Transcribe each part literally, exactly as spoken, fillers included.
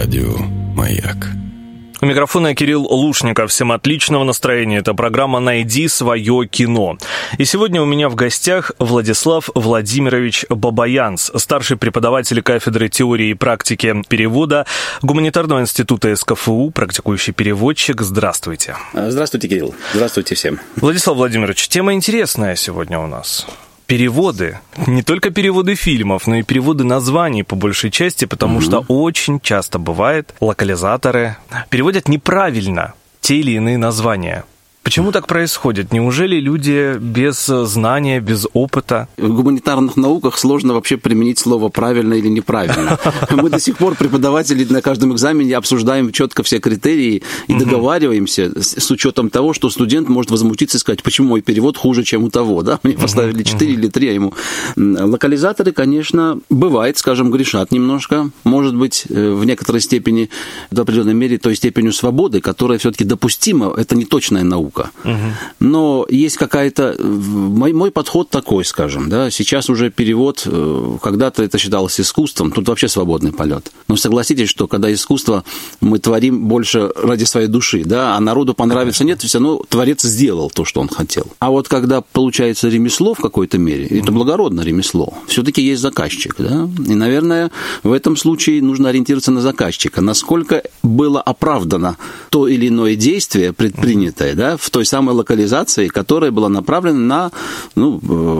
Радио «Маяк». У микрофона Кирилл Лушников. Всем отличного настроения. Это программа «Найди свое кино». И сегодня у меня в гостях Владислав Владимирович Бабаянц, старший преподаватель кафедры теории и практики перевода Гуманитарного института СКФУ, практикующий переводчик. Здравствуйте. Здравствуйте, Кирилл. Здравствуйте всем. Владислав Владимирович, тема интересная сегодня у нас. Переводы. Не только переводы фильмов, но и переводы названий по большей части, потому mm-hmm. что очень часто бывает, локализаторы переводят неправильно те или иные названия. Почему так происходит? Неужели люди без знания, без опыта? В гуманитарных науках сложно вообще применить слово «правильно» или «неправильно». Мы до сих пор, преподаватели, на каждом экзамене обсуждаем четко все критерии и договариваемся с учетом того, что студент может возмутиться и сказать, почему мой перевод хуже, чем у того. Да? Мне поставили четыре или три, а ему... Локализаторы, конечно, бывает, скажем, грешат немножко. Может быть, в некоторой степени, в определенной мере, той степенью свободы, которая все-таки допустима. Это не точная наука. Угу. Но есть какая-то... Мой, мой подход такой, скажем, да, сейчас уже перевод, когда-то это считалось искусством, тут вообще свободный полет. Но согласитесь, что когда искусство мы творим больше ради своей души, да, а народу понравится, нет, все равно творец сделал то, что он хотел. А вот когда получается ремесло в какой-то мере, это благородное ремесло, все-таки есть заказчик, да, и, наверное, в этом случае нужно ориентироваться на заказчика, насколько было оправдано то или иное действие предпринятое, да, в той самой локализации, которая была направлена на ну,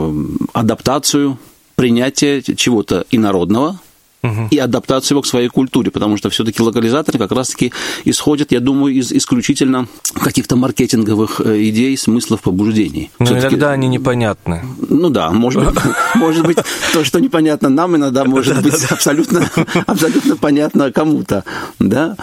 адаптацию, принятие чего-то инородного, Uh-huh. и адаптацию его к своей культуре, потому что все-таки локализаторы как раз-таки исходят, я думаю, из исключительно каких-то маркетинговых идей, смыслов, побуждений. Но иногда они непонятны. Ну да, может быть, может быть, то, что непонятно нам, иногда может быть абсолютно, абсолютно понятно кому-то. Да?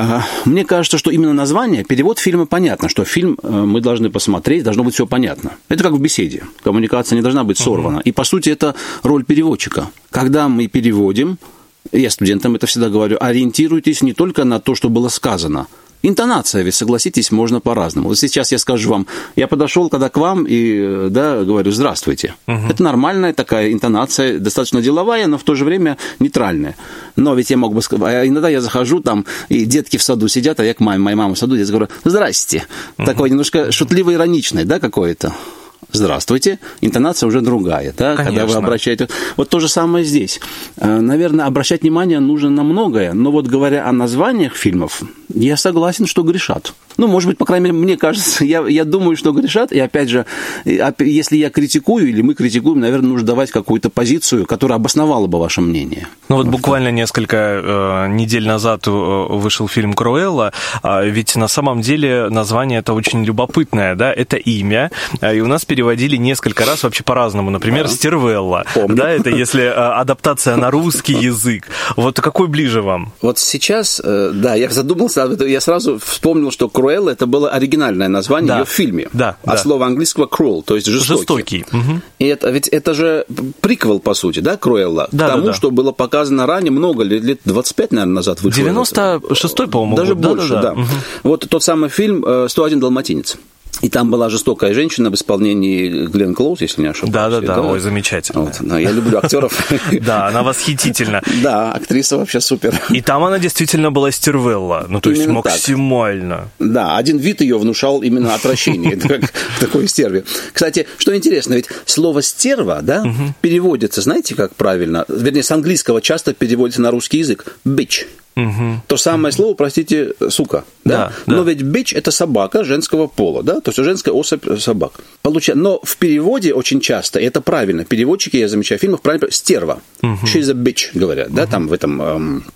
Мне кажется, что именно название, перевод фильма понятно, что фильм мы должны посмотреть, должно быть все понятно. Это как в беседе. Коммуникация не должна быть сорвана. Uh-huh. И, по сути, это роль переводчика. Когда мы переводим, я студентам это всегда говорю, ориентируйтесь не только на то, что было сказано. Интонация, ведь, согласитесь, можно по-разному. Вот сейчас я скажу вам, я подошел когда к вам и да, говорю «здравствуйте». Uh-huh. Это нормальная такая интонация, достаточно деловая, но в то же время нейтральная. Но ведь я мог бы сказать, а иногда я захожу там, и детки в саду сидят, а я к маме, моей маме в саду, я говорю «здрасте». Uh-huh. Такое немножко шутливо-ироничное, да, какое-то. «Здравствуйте», интонация уже другая, да, когда вы обращаете... Вот то же самое здесь. Наверное, обращать внимание нужно на многое, но вот говоря о названиях фильмов, я согласен, что грешат. Ну, может быть, по крайней мере, мне кажется, я, я думаю, что грешат, и опять же, если я критикую, или мы критикуем, наверное, нужно давать какую-то позицию, которая обосновала бы ваше мнение. Ну, вот буквально несколько э, недель назад вышел фильм «Круэлла», э, ведь на самом деле название это очень любопытное, да, это имя, и у нас переводили несколько раз вообще по-разному, например, «Стервелла», да, это если адаптация на русский язык. Вот какой ближе вам? Вот сейчас, да, я задумался, я сразу вспомнил, что «Круэлла» это было оригинальное название да. ее в фильме, да, от да. слова английского «cruel», то есть «жестокий». Жестокий. Угу. И это, ведь это же приквел, по сути, да, «Круэлла», да, к тому, да, да. что было показано ранее, много лет, лет двадцать пять, наверное, назад вышло. девяносто шестой, по-моему, даже год. больше, да. да. да. Угу. Вот тот самый фильм «сто один далматинец». И там была жестокая женщина в исполнении Гленн Клоуз, если не ошибаюсь. Да-да-да, ой, замечательно. Вот, да, я люблю актеров. Да, она восхитительна. Да, актриса вообще супер. И там она действительно была стервелла, ну то есть максимально. Да, один вид ее внушал именно отвращение, как такой стерве. Кстати, что интересно, ведь слово «стерва», да, переводится, знаете, как правильно? Вернее, с английского часто переводится на русский язык «bitch». Угу. То самое слово, простите, сука. Да? Да, но да. ведь бич – это собака женского пола, да? То есть женская особь собак. Получается, но в переводе очень часто, и это правильно, переводчики, я замечаю, в фильмах правильно стерва. Угу. She's a bitch, говорят, угу. да, там в этом... Эм,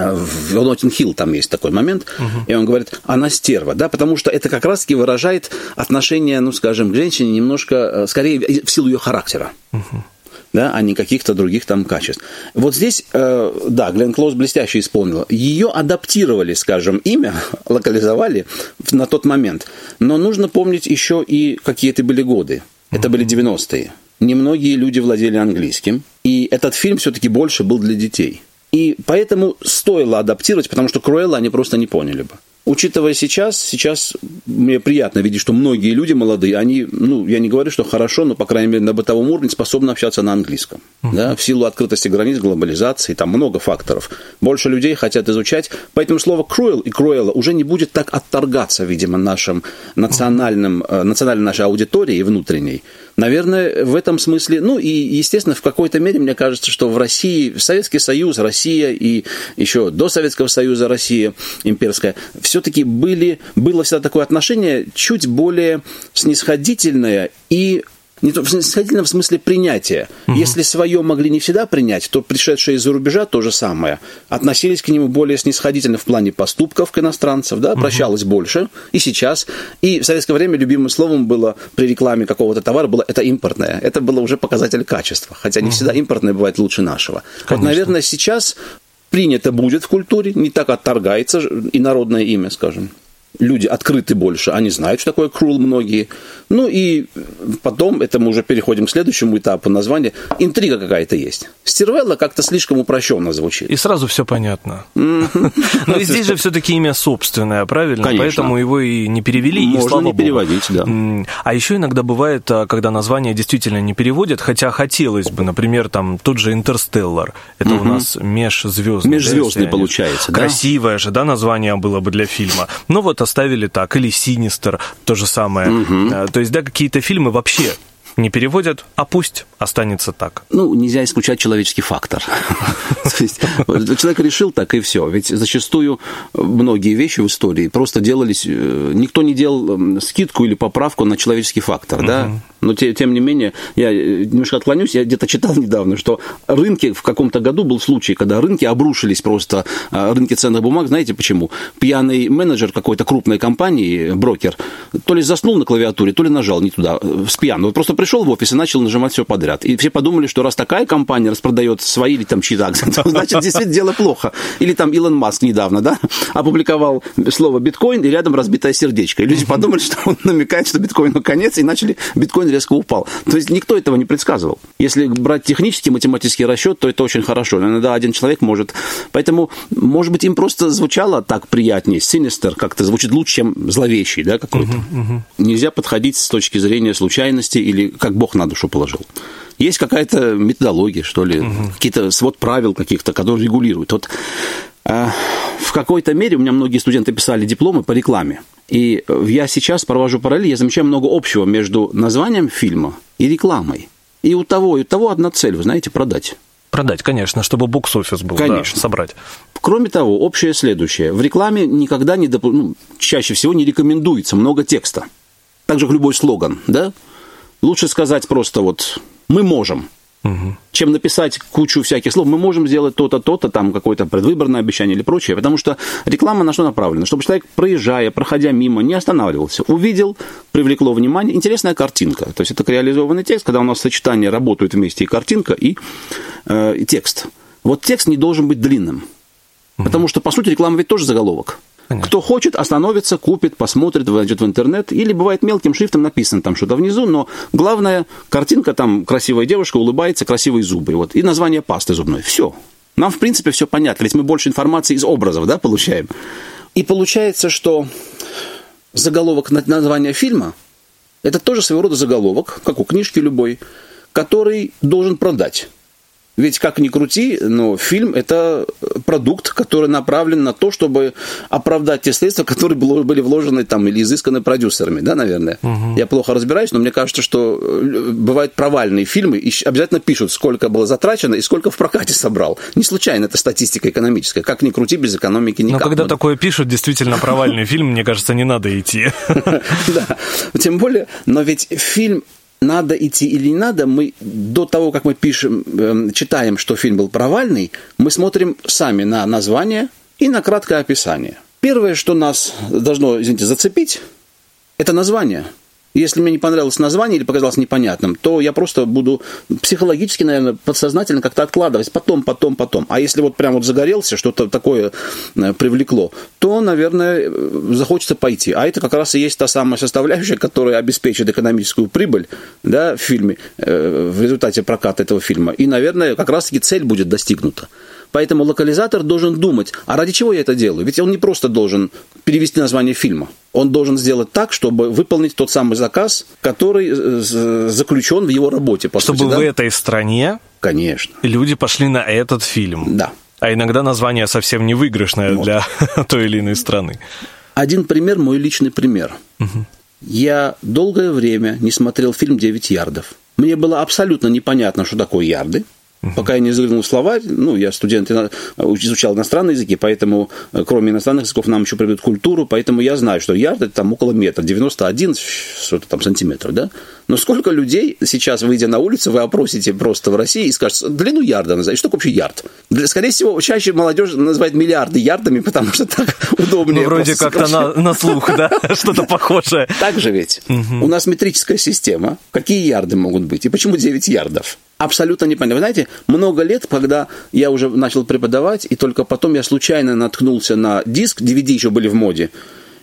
в Ноттинг-Хилл там есть такой момент, uh-huh. и он говорит, она стерва, да, потому что это как раз-таки выражает отношение, ну, скажем, к женщине немножко, скорее, в силу ее характера. Uh-huh. Да, а не каких-то других там качеств. Вот здесь, э, да, Гленн Клоуз блестяще исполнила. Ее адаптировали, скажем, имя, локализовали на тот момент. Но нужно помнить еще и какие это были годы. Это были девяностые. Немногие люди владели английским. И этот фильм все-таки больше был для детей. И поэтому стоило адаптировать, потому что Круэлла они просто не поняли бы. Учитывая сейчас, сейчас мне приятно видеть, что многие люди молодые, они, ну, я не говорю, что хорошо, но, по крайней мере, на бытовом уровне способны общаться на английском. Uh-huh. Да, в силу открытости границ, глобализации, там много факторов. Больше людей хотят изучать, поэтому слово cruel и cruella уже не будет так отторгаться, видимо, нашим национальным, uh-huh. национальной нашей аудиторией внутренней. Наверное, в этом смысле, ну и, естественно, в какой-то мере, мне кажется, что в России, Советский Союз, Россия и еще до Советского Союза Россия имперская, все-таки были, было всегда такое отношение чуть более снисходительное и не то, снисходительно в смысле принятия. Угу. Если свое могли не всегда принять, то пришедшие из-за рубежа то же самое. Относились к нему более снисходительно в плане поступков к иностранцам, да, угу. прощалось больше. И сейчас. И в советское время любимым словом было при рекламе какого-то товара было это импортное. Это было уже показатель качества. Хотя не угу. всегда импортное бывает лучше нашего. Конечно. Вот, наверное, сейчас принято будет в культуре, не так отторгается инородное имя, скажем. Люди открыты больше, они знают, что такое cruel многие. Ну и потом, это мы уже переходим к следующему этапу названия, интрига какая-то есть. Стервелла как-то слишком упрощенно звучит. И сразу все понятно. Но здесь же все-таки имя собственное, правильно? Конечно. Поэтому его и не перевели, и слава богу. Можно не переводить, да. А еще иногда бывает, когда название действительно не переводят, хотя хотелось бы, например, там тот же «Интерстеллар». Это у нас межзвездный. Межзвездный получается, да? Красивое же, да, название было бы для фильма. Но вот оставили так, или «Синистер», то же самое. Угу. То есть, да, какие-то фильмы вообще не переводят, а пусть останется так. Ну, нельзя исключать человеческий фактор. Человек решил так, и все. Ведь зачастую многие вещи в истории просто делались... Никто не делал скидку или поправку на человеческий фактор, да? Но, тем не менее, я немножко отклонюсь, я где-то читал недавно, что рынки в каком-то году был случай, когда рынки обрушились просто, рынки ценных бумаг, знаете почему? Пьяный менеджер какой-то крупной компании, брокер, то ли заснул на клавиатуре, то ли нажал не туда, с пьяну. Вот просто пришел в офис и начал нажимать все подряд. И все подумали, что раз такая компания распродает свои или там чьи-то акции, то, значит, действительно дело плохо. Или там Илон Маск недавно, да, опубликовал слово биткоин, и рядом разбитое сердечко. И люди подумали, что он намекает, что биткоину конец, и начали биткоин резко упал. То есть никто этого не предсказывал. Если брать технический математический расчет, то это очень хорошо. Но иногда один человек может... Поэтому, может быть, им просто звучало так приятнее. Синистер как-то звучит лучше, чем зловещий, да, какой-то. Uh-huh, uh-huh. Нельзя подходить с точки зрения случайности или как Бог на душу положил. Есть какая-то методология, что ли, uh-huh. какие-то свод правил каких-то, которые регулируют. Вот в какой-то мере у меня многие студенты писали дипломы по рекламе. И я сейчас провожу параллель, я замечаю много общего между названием фильма и рекламой. И у того, и у того одна цель, вы знаете, продать. Продать, конечно, чтобы бокс-офис был, конечно. Да, собрать. Кроме того, общее следующее. В рекламе никогда не, доп... ну, чаще всего не рекомендуется много текста. Так же, как любой слоган, да? Лучше сказать просто вот «мы можем». Угу. Чем написать кучу всяких слов. Мы можем сделать то-то, то-то, там какое-то предвыборное обещание или прочее, потому что реклама на что направлена? Чтобы человек, проезжая, проходя мимо, не останавливался. Увидел, привлекло внимание. Интересная картинка. То есть это реализованный текст, когда у нас сочетание работают вместе и картинка, и, э, и текст. Вот текст не должен быть длинным. Угу. Потому что, по сути, реклама ведь тоже заголовок. Понятно. Кто хочет, остановится, купит, посмотрит, войдет в интернет. Или бывает мелким шрифтом написано там что-то внизу, но главное, картинка, там красивая девушка улыбается, красивые зубы. Вот, и название пасты зубной. Все. Нам, в принципе, все понятно. Ведь мы больше информации из образов, да, получаем. И получается, что заголовок названия фильма – это тоже своего рода заголовок, как у книжки любой, который должен продать. Ведь, как ни крути, но фильм – это продукт, который направлен на то, чтобы оправдать те средства, которые были вложены там или изысканы продюсерами, да, наверное. Угу. Я плохо разбираюсь, но мне кажется, что бывают провальные фильмы, и обязательно пишут, сколько было затрачено и сколько в прокате собрал. Не случайно это статистика экономическая. Как ни крути, без экономики никак. Но когда такое пишут, действительно провальный фильм, мне кажется, не надо идти. Да, тем более, но ведь фильм... Надо идти или не надо, мы до того, как мы пишем, э, читаем, что фильм был провальный, мы смотрим сами на название и на краткое описание. Первое, что нас должно, извините, зацепить, это название. Если мне не понравилось название или показалось непонятным, то я просто буду психологически, наверное, подсознательно как-то откладывать потом, потом, потом. А если вот прям вот загорелся, что-то такое привлекло, то, наверное, захочется пойти. А это как раз и есть та самая составляющая, которая обеспечит экономическую прибыль, да, в фильме, э, в результате проката этого фильма. И, наверное, как раз-таки цель будет достигнута. Поэтому локализатор должен думать, а ради чего я это делаю? Ведь он не просто должен перевести название фильма. Он должен сделать так, чтобы выполнить тот самый заказ, который заключен в его работе. По чтобы сути, в да? этой стране, конечно, люди пошли на этот фильм. Да. А иногда название совсем не выигрышное вот. Для той или иной страны. Один пример, мой личный пример. Угу. Я долгое время не смотрел фильм «Девять ярдов». Мне было абсолютно непонятно, что такое ярды. Uh-huh. Пока я не заглянул в словарь, ну, я студент, изучал иностранные языки, поэтому, кроме иностранных языков, нам еще придут культуру, поэтому я знаю, что ярд – это там около метра, девяносто один что-то там сантиметров, да? Но сколько людей сейчас, выйдя на улицу, вы опросите просто в России и скажете, длину ярда назовите, что такое вообще ярд? Скорее всего, чаще молодежь называет миллиарды ярдами, потому что так удобнее. Ну, вроде как-то на, на слух, да? Что-то похожее. Так же ведь. У нас метрическая система. Какие ярды могут быть? И почему девять ярдов? Абсолютно непонятно. Вы знаете, много лет, когда я уже начал преподавать, и только потом я случайно наткнулся на диск, ди ви ди еще были в моде,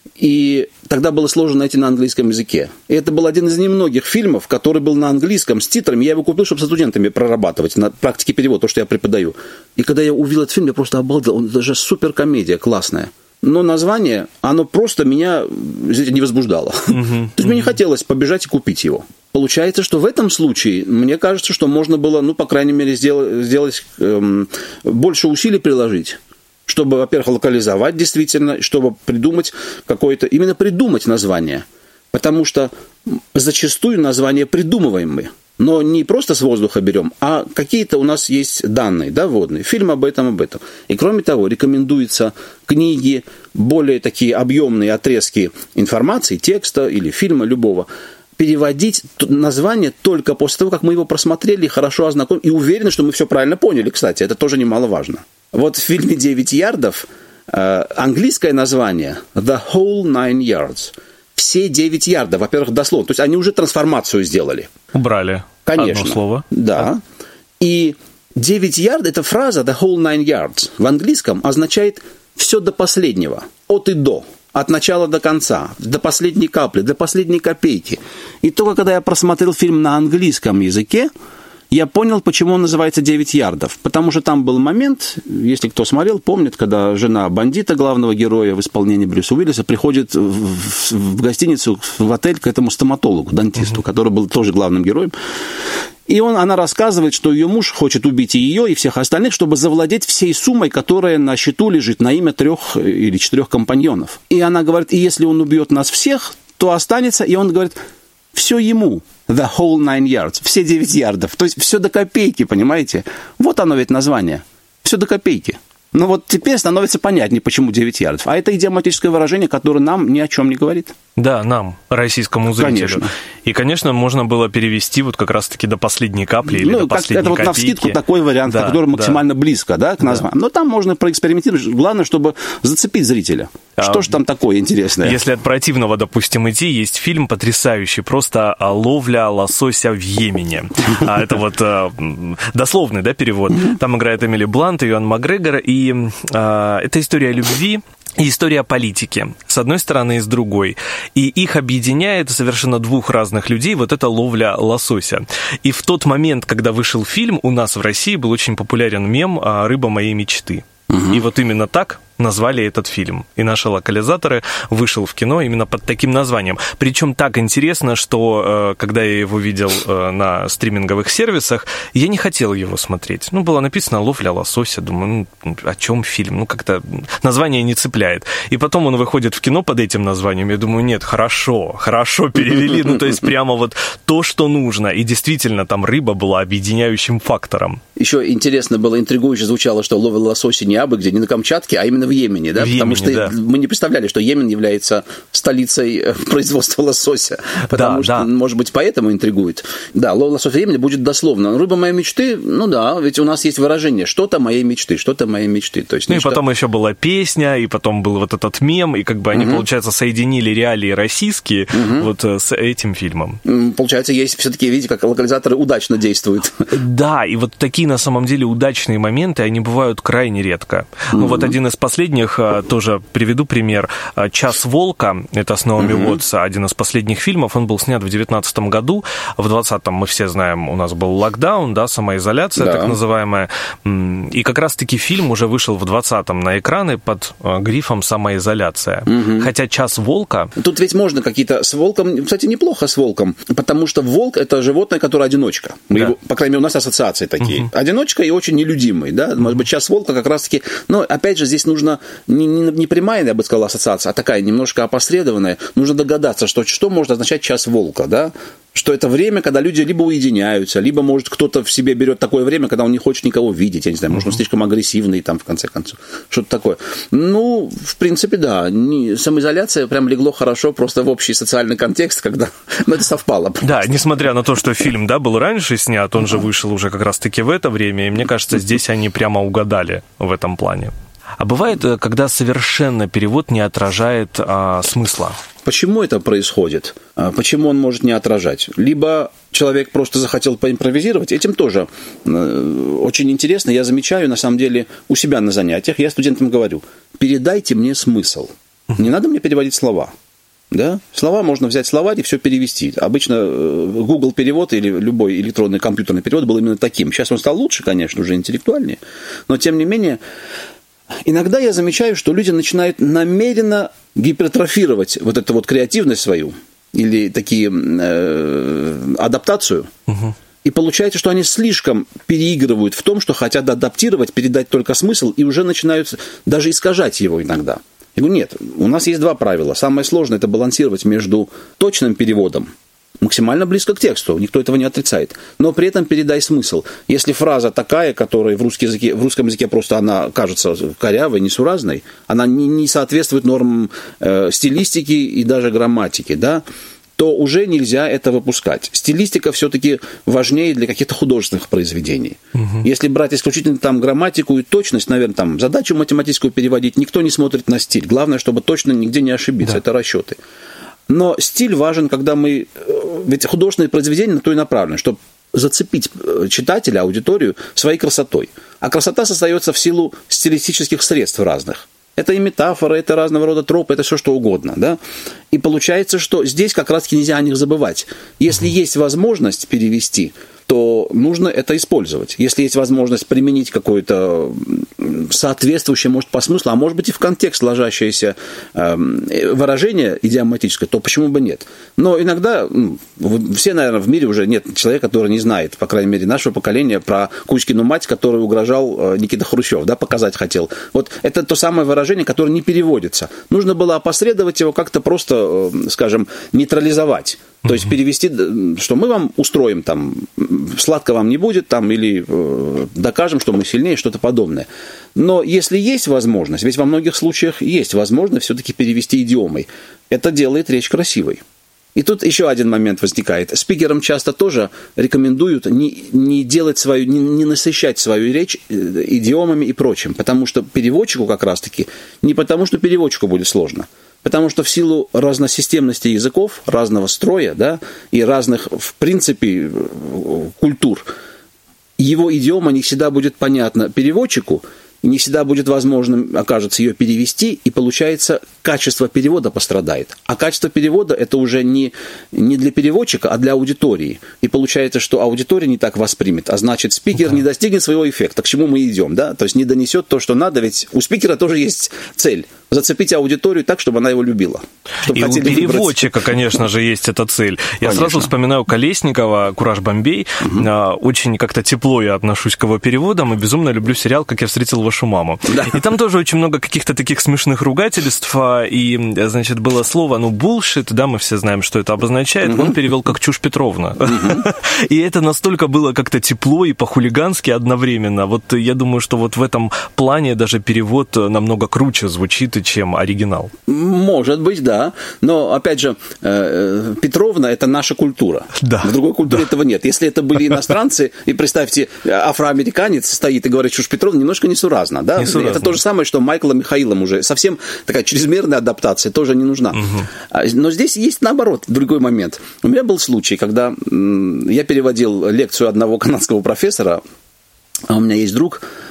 и тогда было сложно найти на английском языке. И это был один из немногих фильмов, который был на английском с титрами. Я его купил, чтобы со студентами прорабатывать на практике перевода, то, что я преподаю. И когда я увидел этот фильм, я просто обалдел. Он даже суперкомедия, классная. Но название, оно просто меня не возбуждало. Uh-huh. То есть мне не хотелось побежать и купить его. Получается, что в этом случае, мне кажется, что можно было, ну, по крайней мере, сделать, сделать эм, больше усилий приложить, чтобы, во-первых, локализовать действительно, чтобы придумать какое-то, именно придумать название. Потому что зачастую название придумываем мы. Но не просто с воздуха берем, а какие-то у нас есть данные, да, вводные. Фильм об этом, об этом. И кроме того, рекомендуются книги, более такие объемные отрезки информации, текста или фильма любого, переводить название только после того, как мы его просмотрели, хорошо ознакомились и уверены, что мы все правильно поняли, кстати. Это тоже немаловажно. Вот в фильме «Девять ярдов» э, английское название «The Whole Nine Yards». Все девять ярдов, во-первых, дословно. То есть они уже трансформацию сделали. Убрали. Конечно. Одно слово. Да. И девять ярдов, эта фраза «the whole nine yards» в английском означает «все до последнего», от и до, от начала до конца, до последней капли, до последней копейки. И только когда я просмотрел фильм на английском языке, я понял, почему он называется «Девять ярдов». Потому что там был момент, если кто смотрел, помнит, когда жена бандита, главного героя в исполнении Брюса Уиллиса, приходит в, в, в гостиницу, в отель к этому стоматологу, дантисту, uh-huh. который был тоже главным героем. И он, она рассказывает, что ее муж хочет убить и ее, и всех остальных, чтобы завладеть всей суммой, которая на счету лежит на имя трех или четырех компаньонов. И она говорит, и если он убьет нас всех, то останется, и он говорит, все ему. The whole nine yards. Все девять ярдов. То есть все до копейки, понимаете? Вот оно ведь название. Все до копейки. Но вот теперь становится понятнее, почему девять ярдов. А это идиоматическое выражение, которое нам ни о чем не говорит. Да, нам, российскому зрителю. Конечно. И, конечно, можно было перевести вот как раз-таки до последней капли или ну, до последней это вот копейки. навскидку такой вариант, да, который максимально да. близко, да, к названию. Да. Но там можно проэкспериментировать. Главное, чтобы зацепить зрителя. А, что же там такое интересное? Если от противного, допустим, идти, есть фильм потрясающий, просто «Ловля лосося в Йемене». Это вот дословный, да, перевод. Там играет Эмили Блант, Юэн Макгрегор, и это история любви и история политики, с одной стороны и с другой. И их объединяет совершенно двух разных людей вот эта ловля лосося. И в тот момент, когда вышел фильм, у нас в России был очень популярен мем «Рыба моей мечты». Угу. И вот именно так назвали этот фильм. И наши локализаторы вышел в кино именно под таким названием. Причем так интересно, что когда я его видел на стриминговых сервисах, я не хотел его смотреть. Ну, было написано «Ловля лосося». Думаю, ну, о чем фильм? Ну, как-то название не цепляет. И потом он выходит в кино под этим названием. Я думаю, нет, хорошо, хорошо перевели. Ну, то есть прямо вот то, что нужно. И действительно, там рыба была объединяющим фактором. Еще интересно было, интригующе звучало, что ловля лосося не абы где, не на Камчатке, а именно в Йемене, да? В Потому Йемене, что да. мы не представляли, что Йемен является столицей производства лосося. Потому да, что, да. может быть, поэтому интригует. Да, ловля лосося в Йемене будет дословно. Рыба моей мечты, ну да, ведь у нас есть выражение «что-то моей мечты», «что-то моей мечты». То есть, ну нечто... и потом еще была песня, и потом был вот этот мем, и как бы они, угу. получается, соединили реалии российские угу. вот с этим фильмом. Получается, есть все-таки, видите, как локализаторы удачно действуют. Да, и вот такие, на самом деле, удачные моменты, они бывают крайне редко. Ну, mm-hmm. вот один из последних последних, тоже приведу пример. «Час волка», это с Наоми mm-hmm. Уотс, один из последних фильмов, он был снят в девятнадцатом году, в двадцатом, мы все знаем, у нас был локдаун, да, самоизоляция, да. так называемая, и как раз-таки фильм уже вышел в двадцатом на экраны под грифом «Самоизоляция». Mm-hmm. Хотя «Час волка». Тут ведь можно какие-то с волком, кстати, неплохо с волком, потому что волк — это животное, которое одиночка. Мы да. его, по крайней мере, у нас ассоциации такие. Угу. Одиночка и очень нелюдимый, да, может быть, «Час волка» как раз-таки, но, опять же, здесь нужно не, не, не прямая, я бы сказал, ассоциация, а такая немножко опосредованная. Нужно догадаться, что, что может означать «час волка», да, что это время, когда люди либо уединяются, либо, может, кто-то в себе берет такое время, когда он не хочет никого видеть, я не знаю, может, он слишком агрессивный, там, в конце концов, что-то такое. Ну, в принципе, да, не, самоизоляция прям легло хорошо просто в общий социальный контекст, когда, ну, это совпало. Просто. Да, несмотря на то, что фильм, да, был раньше снят, он же вышел уже как раз-таки в это время, и мне кажется, здесь они прямо угадали в этом плане. А бывает, когда совершенно перевод не отражает а, смысла? Почему это происходит? Почему он может не отражать? Либо человек просто захотел поимпровизировать. Этим тоже очень интересно. Я замечаю, на самом деле, у себя на занятиях, я студентам говорю, передайте мне смысл. Не надо мне переводить слова. Да? Слова можно взять словарь и все перевести. Обычно Google перевод или любой электронный компьютерный перевод был именно таким. Сейчас он стал лучше, конечно, уже интеллектуальнее. Но, тем не менее, иногда я замечаю, что люди начинают намеренно гипертрофировать вот эту вот креативность свою или такие э, адаптацию. Угу. И получается, что они слишком переигрывают в том, что хотят адаптировать, передать только смысл, и уже начинают даже искажать его иногда. Я говорю, нет, у нас есть два правила. Самое сложное – это балансировать между точным переводом, максимально близко к тексту, никто этого не отрицает, но при этом передай смысл. Если фраза такая, которая в, русский языке, в русском языке просто она кажется корявой, несуразной, она не, не соответствует нормам э, стилистики и даже грамматики, да, то уже нельзя это выпускать. Стилистика все-таки важнее для каких-то художественных произведений. Угу. Если брать исключительно там грамматику и точность, наверное, там задачу математическую переводить, никто не смотрит на стиль. Главное, чтобы точно нигде не ошибиться, да. Это расчеты. Но стиль важен, когда мы... Ведь художественные произведения на то и направлены, чтобы зацепить читателя, аудиторию своей красотой. А красота создается в силу стилистических средств разных. Это и метафора, это разного рода тропы, это все что угодно. Да? И получается, что здесь как раз-таки нельзя о них забывать. Если есть возможность перевести, то нужно это использовать. Если есть возможность применить какое-то соответствующее, может, по смыслу, а может быть и в контекст ложащееся выражение идиоматическое, то почему бы нет? Но иногда, ну, все, наверное, в мире уже нет человека, который не знает, по крайней мере, нашего поколения, про Кузькину мать, которую угрожал Никита Хрущев, да, показать хотел. Вот это то самое выражение, которое не переводится. Нужно было опосредовать его, как-то просто, скажем, нейтрализовать. То есть перевести, что мы вам устроим, там, сладко вам не будет, там, или э, докажем, что мы сильнее, что-то подобное. Но если есть возможность, ведь во многих случаях есть возможность все-таки перевести идиомой, это делает речь красивой. И тут еще один момент возникает. Спикерам часто тоже рекомендуют не, не делать свою, не, не насыщать свою речь идиомами и прочим, потому что переводчику как раз-таки, не потому что переводчику будет сложно, потому что в силу разносистемности языков, разного строя, да, и разных, в принципе, культур, его идиома не всегда будет понятна переводчику, не всегда будет возможным, окажется, ее перевести, и получается, качество перевода пострадает. А качество перевода – это уже не, не для переводчика, а для аудитории. И получается, что аудитория не так воспримет, а значит, спикер да. не достигнет своего эффекта. К чему мы идем, да? То есть не донесет то, что надо, ведь у спикера тоже есть цель – зацепить аудиторию так, чтобы она его любила. И у переводчика, выбрать. Конечно же, есть эта цель. Я конечно. Сразу вспоминаю Колесникова, «Кураж Бомбей». Угу. Очень как-то тепло я отношусь к его переводам и безумно люблю сериал «Как я встретил вашу маму». Да. И там тоже очень много каких-то таких смешных ругательств. И, значит, было слово, ну, bullshit, да, мы все знаем, что это обозначает. Угу. Он перевел как «Чушь Петровна». Угу. И это настолько было как-то тепло и по-хулигански одновременно. Вот я думаю, что вот в этом плане даже перевод намного круче звучит, чем оригинал. Может быть, да. Но, опять же, Петровна – это наша культура. Да. В другой культуре да. этого нет. Если это были иностранцы, и представьте, афроамериканец стоит и говорит, Чушь Петровна, немножко несуразно. Да? Несуразно. Это то же самое, что Майкла Михаилом уже. Совсем такая чрезмерная адаптация тоже не нужна. Угу. Но здесь есть, наоборот, другой момент. У меня был случай, когда я переводил лекцию одного канадского профессора, а у меня есть друг,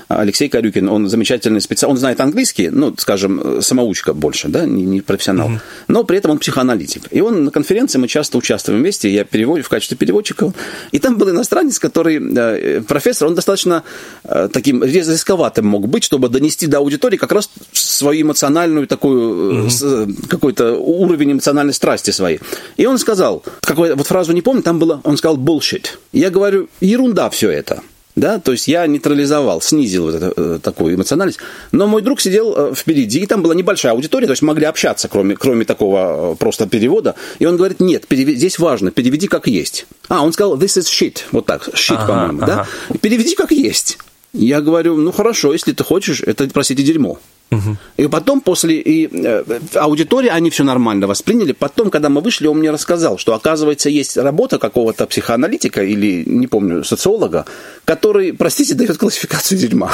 Алексей Корюкин, он замечательный специалист, он знает английский, ну, скажем, самоучка больше, да, не, не профессионал, mm-hmm. но при этом он психоаналитик. И он на конференции, мы часто участвуем вместе, я перевожу в качестве переводчика, и там был иностранец, который, профессор, он достаточно таким рисковатым мог быть, чтобы донести до аудитории как раз свою эмоциональную такую, mm-hmm. какой-то уровень эмоциональной страсти своей. И он сказал, какую вот фразу не помню, там было, он сказал bullshit. Я говорю, ерунда все это. Да, то есть я нейтрализовал, снизил вот эту, э, такую эмоциональность. Но мой друг сидел э, впереди, и там была небольшая аудитория, то есть могли общаться, кроме, кроме такого э, просто перевода. И он говорит, нет, переведи, здесь важно, переведи как есть. А, он сказал, this is shit, вот так, shit, ага, по-моему, ага. да? Переведи как есть. Я говорю, ну хорошо, если ты хочешь, это, простите, дерьмо. Угу. И потом, после и, э, аудитории, они все нормально восприняли. Потом, когда мы вышли, он мне рассказал, что, оказывается, есть работа какого-то психоаналитика или, не помню, социолога, который, простите, дает классификацию дерьма.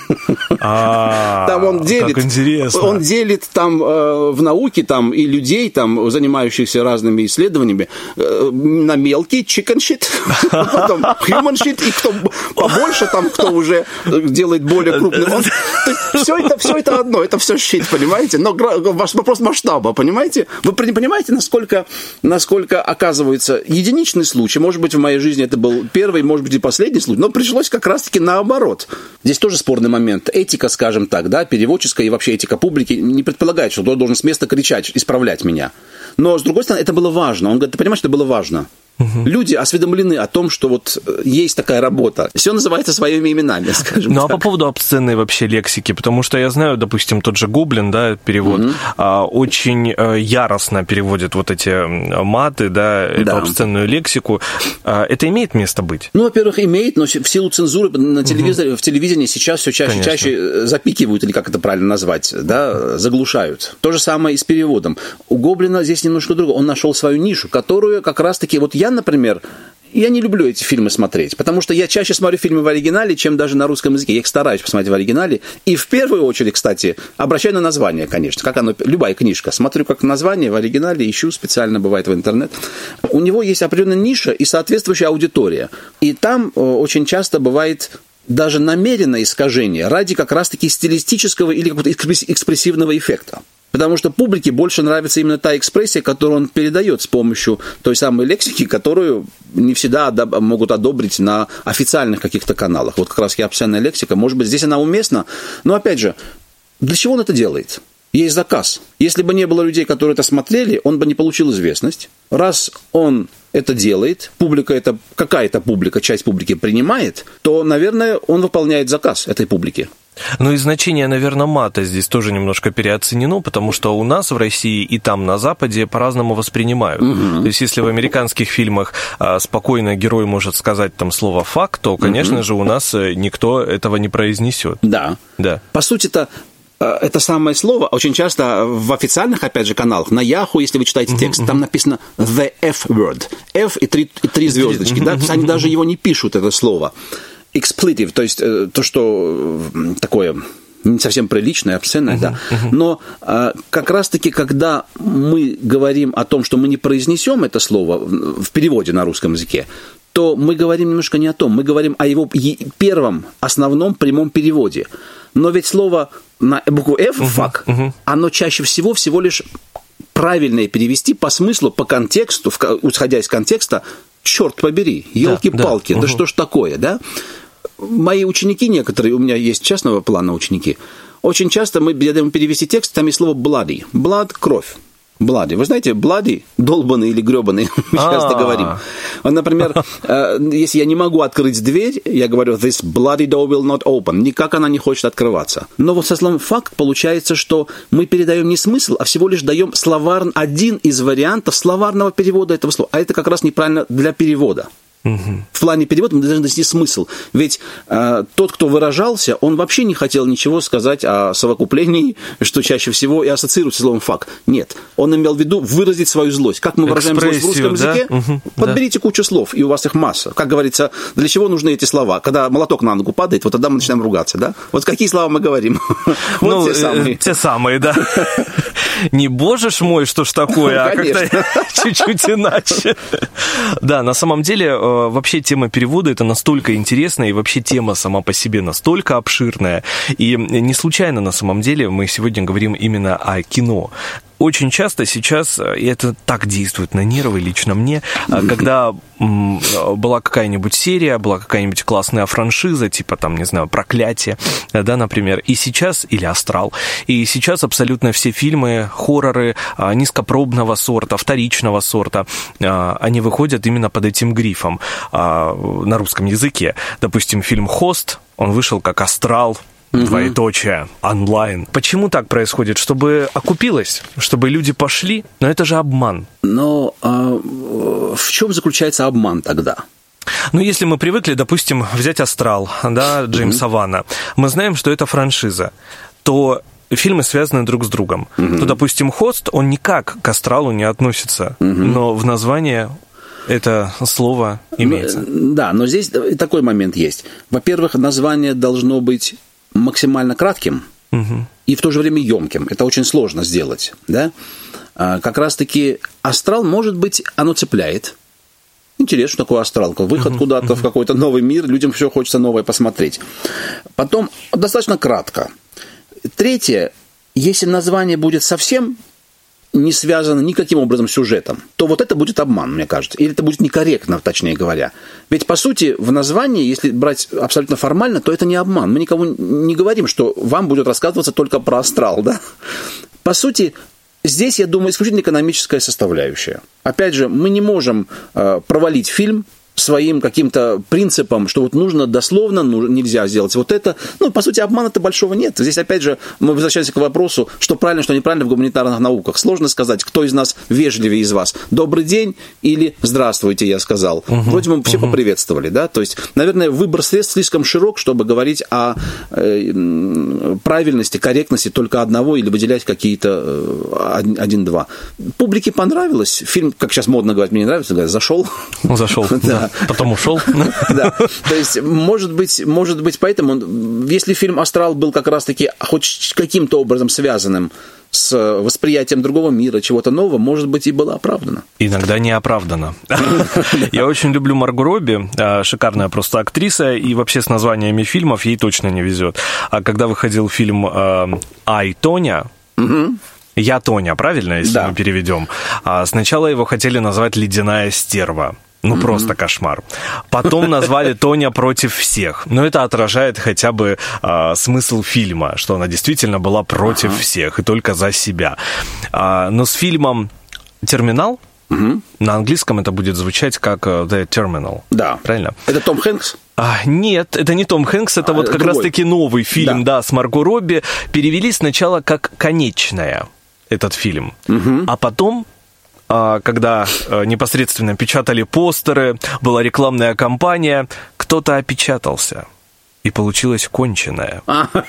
Там он делит, он делит там э, в науке там, и людей, там, занимающихся разными исследованиями, э, на мелкий chicken shit, потом human shit, и кто побольше, там, кто уже делает более крупный. Он, все это, все это одно, это все щит, понимаете? Но вопрос масштаба, понимаете? Вы понимаете, насколько, насколько оказывается единичный случай, может быть, в моей жизни это был первый, может быть, и последний случай, но пришлось как раз-таки наоборот. Здесь тоже спорный момент. Этика, скажем так, да, переводческая и вообще этика публики не предполагает, что кто должен с места кричать, исправлять меня. Но, с другой стороны, это было важно. Он говорит, ты понимаешь, это было важно? Угу. Люди осведомлены о том, что вот есть такая работа. Все называется своими именами, скажем ну, так. Ну, а по поводу обсценной вообще лексики, потому что я знаю, допустим, тот же Гоблин, да, перевод, угу. очень яростно переводит вот эти маты, да, эту да. обсценную лексику. Это имеет место быть? Ну, во-первых, имеет, но в силу цензуры на телевизоре, угу. в телевидении сейчас все чаще и чаще запикивают, или как это правильно назвать, да, заглушают. То же самое и с переводом. У Гоблина здесь немножко другое. Он нашел свою нишу, которую как раз-таки... Вот я, например, я не люблю эти фильмы смотреть, потому что я чаще смотрю фильмы в оригинале, чем даже на русском языке. Я их стараюсь посмотреть в оригинале. И в первую очередь, кстати, обращаю на название, конечно. Как оно, любая книжка. Смотрю как название в оригинале, ищу специально, бывает, в интернет. У него есть определенная ниша и соответствующая аудитория. И там очень часто бывает... даже намеренное искажение ради как раз-таки стилистического или какого-то экспрессивного эффекта. Потому что публике больше нравится именно та экспрессия, которую он передает с помощью той самой лексики, которую не всегда одоб- могут одобрить на официальных каких-то каналах. Вот как раз и обсценная лексика. Может быть, здесь она уместна, но, опять же, для чего он это делает? Есть заказ. Если бы не было людей, которые это смотрели, он бы не получил известность. Раз он это делает, публика это, какая-то публика, часть публики принимает, то, наверное, он выполняет заказ этой публики. Ну и значение, наверное, мата здесь тоже немножко переоценено, потому что у нас в России и там на Западе по-разному воспринимают. Угу. То есть если в американских фильмах а, спокойно герой может сказать там слово «фак», то, конечно угу. же, у нас никто этого не произнесет. Да. Да. По сути-то, это самое слово очень часто в официальных, опять же, каналах, на Yahoo, если вы читаете текст, uh-huh. там написано the F-word. F и три, и три звездочки, uh-huh. да, то есть они даже его не пишут, это слово. Expletive, то есть то, что такое не совсем приличное, обсценное, uh-huh. да. Uh-huh. Но а, как раз-таки, когда мы говорим о том, что мы не произнесем это слово в переводе на русском языке, то мы говорим немножко не о том, мы говорим о его первом, основном прямом переводе. Но ведь слово на букву F, фак, uh-huh, uh-huh. оно чаще всего всего лишь правильное перевести по смыслу, по контексту, исходя из контекста, черт побери, елки-палки, да, да, uh-huh. да что ж такое, да? Мои ученики некоторые, у меня есть частного плана ученики, очень часто мы даем перевести текст, там есть слово bloody, blood, кровь. Bloody. Вы знаете, bloody, долбанный или гребаный, мы часто говорим. Например, если я не могу открыть дверь, я говорю, this bloody door will not open. Никак она не хочет открываться. Но вот со словом факт получается, что мы передаем не смысл, а всего лишь даем словарный, один из вариантов словарного перевода этого слова. А это как раз неправильно для перевода. Угу. В плане перевода мы должны донести смысл. Ведь э, тот, кто выражался, он вообще не хотел ничего сказать о совокуплении, что чаще всего и ассоциируется с словом «фак». Нет, он имел в виду выразить свою злость. Как мы выражаем злость в русском да? языке? Угу. Подберите да. кучу слов, и у вас их масса. Как говорится, для чего нужны эти слова? Когда молоток на ногу падает, вот тогда мы начинаем ругаться, да? Вот какие слова мы говорим? Вот те самые. Те самые, да. Не боже ж мой, что ж такое, а как-то чуть-чуть иначе. Да, на самом деле... вообще тема перевода — это настолько интересная, и вообще тема сама по себе настолько обширная. И не случайно, на самом деле, мы сегодня говорим именно о кино. Очень часто сейчас, и это так действует на нервы лично мне, когда была какая-нибудь серия, была какая-нибудь классная франшиза, типа там, не знаю, «Проклятие», да, например, и сейчас, или «Астрал», и сейчас абсолютно все фильмы, хорроры низкопробного сорта, вторичного сорта, они выходят именно под этим грифом на русском языке. Допустим, фильм «Хост», он вышел как «Астрал», двоеточие, онлайн. Почему так происходит? Чтобы окупилось, чтобы люди пошли? Но это же обман. Но а, в чем заключается обман тогда? Ну, если мы привыкли, допустим, взять «Астрал», да, Джеймса mm-hmm. Вана, мы знаем, что это франшиза, то фильмы связаны друг с другом. Mm-hmm. То, допустим, «Хост», он никак к «Астралу» не относится, mm-hmm. но в названии это слово имеется. Да, но здесь такой момент есть. Во-первых, название должно быть максимально кратким угу. и в то же время емким. Это очень сложно сделать. Да? Как раз-таки «Астрал», может быть, оно цепляет. Интересно, что такое «Астрал». Выход угу. куда-то угу. в какой-то новый мир, людям все хочется новое посмотреть. Потом, достаточно кратко. Третье, если название будет совсем не связано никаким образом с сюжетом, то вот это будет обман, мне кажется. Или это будет некорректно, точнее говоря. Ведь, по сути, в названии, если брать абсолютно формально, то это не обман. Мы никому не говорим, что вам будет рассказываться только про «Астрал». Да? По сути, здесь, я думаю, исключительно экономическая составляющая. Опять же, мы не можем э, провалить фильм своим каким-то принципом, что вот нужно дословно, ну, нельзя сделать вот это. Ну, по сути, обмана-то большого нет. Здесь, опять же, мы возвращаемся к вопросу, что правильно, что неправильно в гуманитарных науках. Сложно сказать, кто из нас вежливее из вас. Добрый день или здравствуйте, я сказал. Угу, Вроде мы все угу. поприветствовали, да? То есть, наверное, выбор средств слишком широк, чтобы говорить о э, правильности, корректности только одного или выделять какие-то э, один-два. Публике понравилось. Фильм, как сейчас модно говорить, мне не нравится, говорят, зашел. Он зашел, да. Потом ушел. Да. То есть, может быть, может быть, поэтому, если фильм «Астрал» был как раз-таки хоть каким-то образом связанным с восприятием другого мира, чего-то нового, может быть, и было оправдано. Иногда не оправдано. Я очень люблю Марго Робби, шикарная просто актриса, и вообще с названиями фильмов ей точно не везет. А когда выходил фильм «Ай, Тоня», «Я, Тоня», правильно, если да. мы переведем? Сначала его хотели назвать «Ледяная стерва». Ну, mm-hmm. просто кошмар. Потом назвали «Тоня против всех». Но это отражает хотя бы а, смысл фильма, что она действительно была против uh-huh. всех и только за себя. А, но с фильмом «Терминал» mm-hmm. на английском это будет звучать как «The Terminal». Да. Правильно? Это Том Хэнкс? А, нет, это не Том Хэнкс, это а, вот как другой. Раз-таки новый фильм, да. да, с Марго Робби. Перевели сначала как «Конечная» этот фильм, mm-hmm. а потом... когда непосредственно печатали постеры, была рекламная кампания, кто-то опечатался, и получилось «Конченая».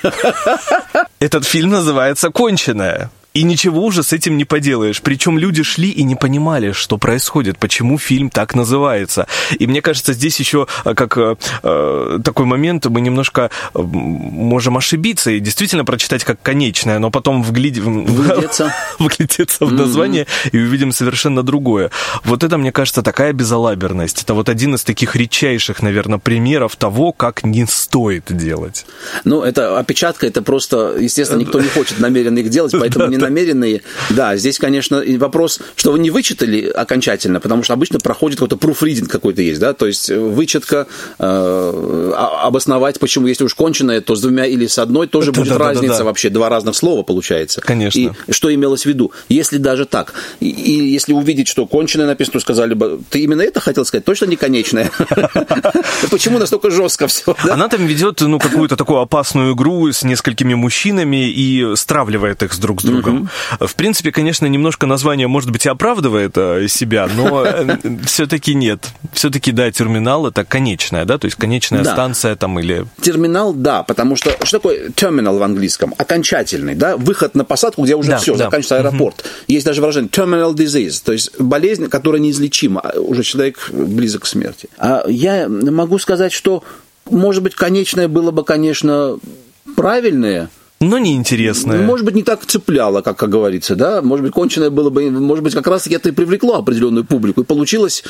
Этот фильм называется «Конченая». И ничего уже с этим не поделаешь. Причем люди шли и не понимали, что происходит, почему фильм так называется. И мне кажется, здесь еще как э, такой момент, мы немножко можем ошибиться и действительно прочитать как «Конечная», но потом вглядь... вглядеться. вглядеться в название mm-hmm. и увидим совершенно другое. Вот это, мне кажется, такая безалаберность. Это вот один из таких редчайших, наверное, примеров того, как не стоит делать. Ну, это опечатка, это просто, естественно, никто не хочет намеренно их делать, поэтому не намеренные. Да, здесь, конечно, вопрос, что вы не вычитали окончательно, потому что обычно проходит какой-то пруфридинг какой-то есть, да, то есть вычетка, э, обосновать, почему, если уж конченое, то с двумя или с одной тоже будет да, разница да, да, да. вообще, два разных слова получается. Конечно. И что имелось в виду? Если даже так, и, и если увидеть, что конченое написано, то сказали бы, ты именно это хотел сказать? Точно не конечное? Почему настолько жестко все? Она там ведет, ну, какую-то такую опасную игру с несколькими мужчинами и стравливает их с друг с другом. Mm-hmm. В принципе, конечно, немножко название, может быть, и оправдывает себя, но все-таки нет. Все-таки, да, терминал — это конечная, да, то есть конечная да. станция там или... Терминал, да, потому что что такое терминал в английском? Окончательный, да, выход на посадку, где уже да, все, да. заканчивается аэропорт. Mm-hmm. Есть даже выражение terminal disease, то есть болезнь, которая неизлечима, уже человек близок к смерти. А я могу сказать, что, может быть, конечное было бы, конечно, правильное, но неинтересное. Может быть, не так цепляло, как, как говорится, да? Может быть, конченое было бы... Может быть, как раз-таки это и привлекло определенную публику. И получилось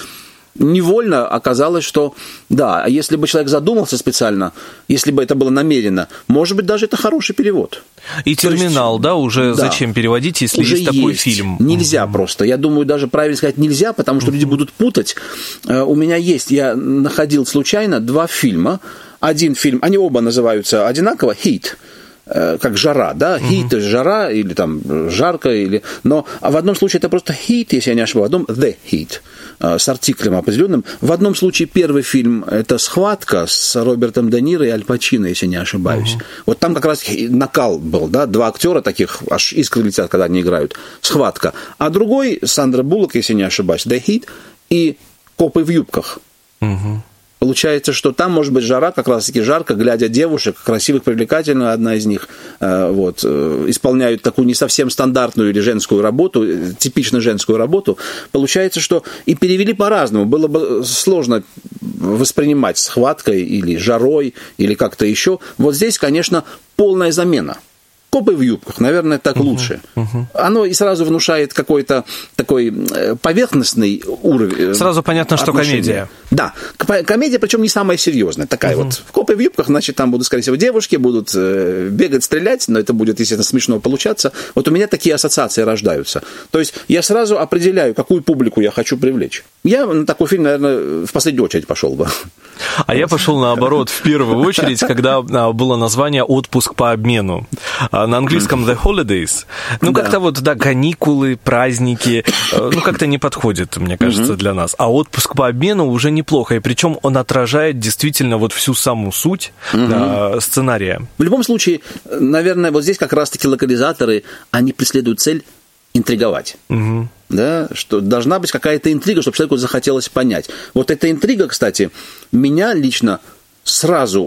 невольно оказалось, что да, если бы человек задумался специально, если бы это было намеренно, может быть, даже это хороший перевод. И терминал, есть, да, уже да, зачем переводить, если есть такой есть. Фильм? Нельзя mm-hmm. просто. Я думаю, даже правильно сказать нельзя, потому что mm-hmm. люди будут путать. У меня есть, я находил случайно два фильма. Один фильм, они оба называются одинаково «Heat», как жара, да, heat uh-huh. – жара, или там жарко, или... но в одном случае это просто heat, если я не ошибаюсь, в одном the heat, с артиклем определенным. В одном случае первый фильм – это «Схватка» с Робертом Де Ниро и Аль Пачино, если я не ошибаюсь. Uh-huh. Вот там как раз накал был, да, два актера таких, аж искры летят, когда они играют, «Схватка». А другой – Сандра Буллок, если я не ошибаюсь, the heat и «Копы в юбках». Uh-huh. Получается, что там может быть жара, как раз-таки жарко, глядя девушек, красивых, привлекательных, одна из них, вот, исполняют такую не совсем стандартную или женскую работу, типично женскую работу. Получается, что и перевели по-разному. Было бы сложно воспринимать схваткой или жарой, или как-то еще. Вот здесь, конечно, полная замена. «Копы в юбках», наверное, так uh-huh, лучше. Uh-huh. Оно и сразу внушает какой-то такой поверхностный уровень. Сразу понятно, отношения. Что комедия. Да, комедия, причем не самая серьезная. Такая uh-huh. вот «Копы в юбках», значит, там будут, скорее всего, девушки, будут бегать, стрелять, но это будет, естественно, смешно получаться. Вот у меня такие ассоциации рождаются. То есть я сразу определяю, какую публику я хочу привлечь. Я на такой фильм, наверное, в последнюю очередь пошел бы. А я пошел наоборот, в первую очередь, когда было название «Отпуск по обмену». На английском «The Holidays». Ну, да. Как-то вот, да, каникулы, праздники, ну, как-то не подходит, мне кажется, для нас. А «Отпуск по обмену» уже неплохо, и причем он отражает действительно вот всю саму суть да, сценария. В любом случае, наверное, вот здесь как раз-таки локализаторы, они преследуют цель интриговать. Угу. Да, что должна быть какая-то интрига, чтобы человеку захотелось понять. Вот эта интрига, кстати, меня лично сразу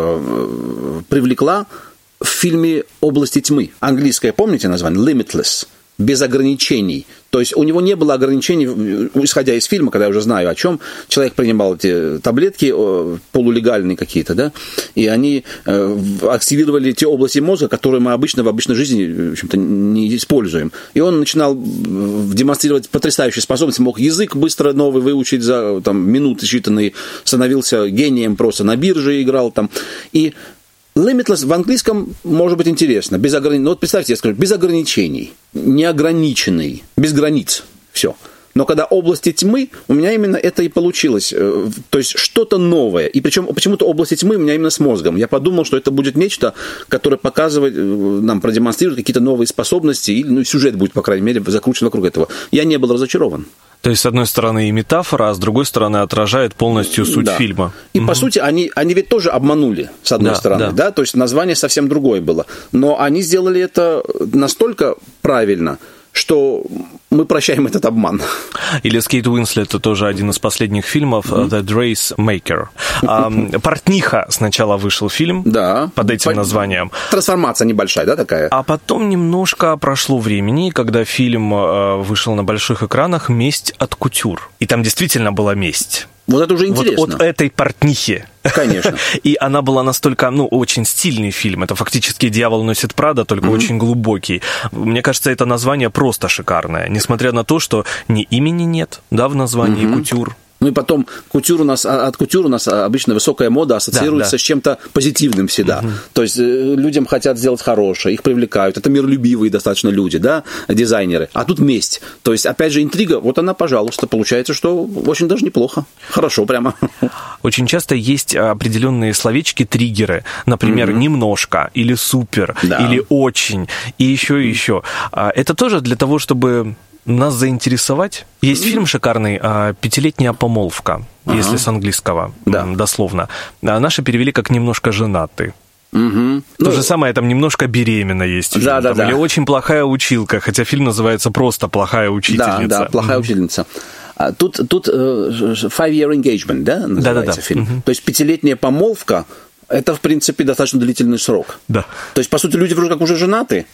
э, привлекла в фильме «Области тьмы». Английское, помните название? «Limitless». Без ограничений. То есть у него не было ограничений, исходя из фильма, когда я уже знаю о чем. Человек принимал эти таблетки полулегальные какие-то, да, и они активировали те области мозга, которые мы обычно в обычной жизни, в общем-то, не используем. И он начинал демонстрировать потрясающие способности, мог язык быстро новый выучить за там, минуты считанные, становился гением просто на бирже, играл там. И Limitless в английском может быть интересно. Без ограни... ну, вот представьте, я скажу, без ограничений, неограниченный, без границ. Все. Но когда «Области тьмы», у меня именно это и получилось. То есть что-то новое. И причем почему-то «Области тьмы» у меня именно с мозгом. Я подумал, что это будет нечто, которое показывает, нам продемонстрирует какие-то новые способности, или ну, сюжет будет, по крайней мере, закручен вокруг этого. Я не был разочарован. То есть, с одной стороны, и метафора, а с другой стороны, отражает полностью суть да. фильма. И, угу. по сути, они, они ведь тоже обманули, с одной да, стороны. Да. Да? То есть, название совсем другое было. Но они сделали это настолько правильно, что мы прощаем этот обман. Или с Кейт Уинслет, это тоже один из последних фильмов, mm-hmm. The Dress Maker. А, «Портниха» сначала вышел фильм да. под этим По... названием. Трансформация небольшая, да, такая? А потом немножко прошло времени, когда фильм вышел на больших экранах «Месть от кутюр». И там действительно была месть. Вот это уже интересно. Вот от этой портнихи. Конечно. И она была настолько, ну, очень стильный фильм. Это фактически «Дьявол носит Прада», только mm-hmm. очень глубокий. Мне кажется, это название просто шикарное. Несмотря на то, что ни имени нет, да, в названии mm-hmm. «Кутюр». Ну и потом кутюр у нас, от кутюр у нас обычно высокая мода ассоциируется да, да. с чем-то позитивным всегда. Угу. То есть людям хотят сделать хорошее, их привлекают. Это миролюбивые достаточно люди, да, дизайнеры. А тут месть. То есть, опять же, интрига, вот она, пожалуйста, получается, что очень даже неплохо. Хорошо прямо. Очень часто есть определенные словечки-триггеры. Например, угу. «немножко» или «супер», да. или «очень», и еще, и еще. Это тоже для того, чтобы... нас заинтересовать. Есть mm-hmm. фильм шикарный «Пятилетняя помолвка», uh-huh. если с английского, да. дословно. Наши перевели как «немножко женаты». Mm-hmm. То ну, же самое, там «немножко беременна» есть фильм. Да, да, там, да. Или «очень плохая училка», хотя фильм называется просто «Плохая учительница». Да, да, «Плохая mm-hmm. учительница». Тут, тут «Five-year engagement», да, называется да, да, да. фильм. Mm-hmm. То есть «Пятилетняя помолвка» — это, в принципе, достаточно длительный срок. Да. То есть, по сути, люди вроде как уже женаты,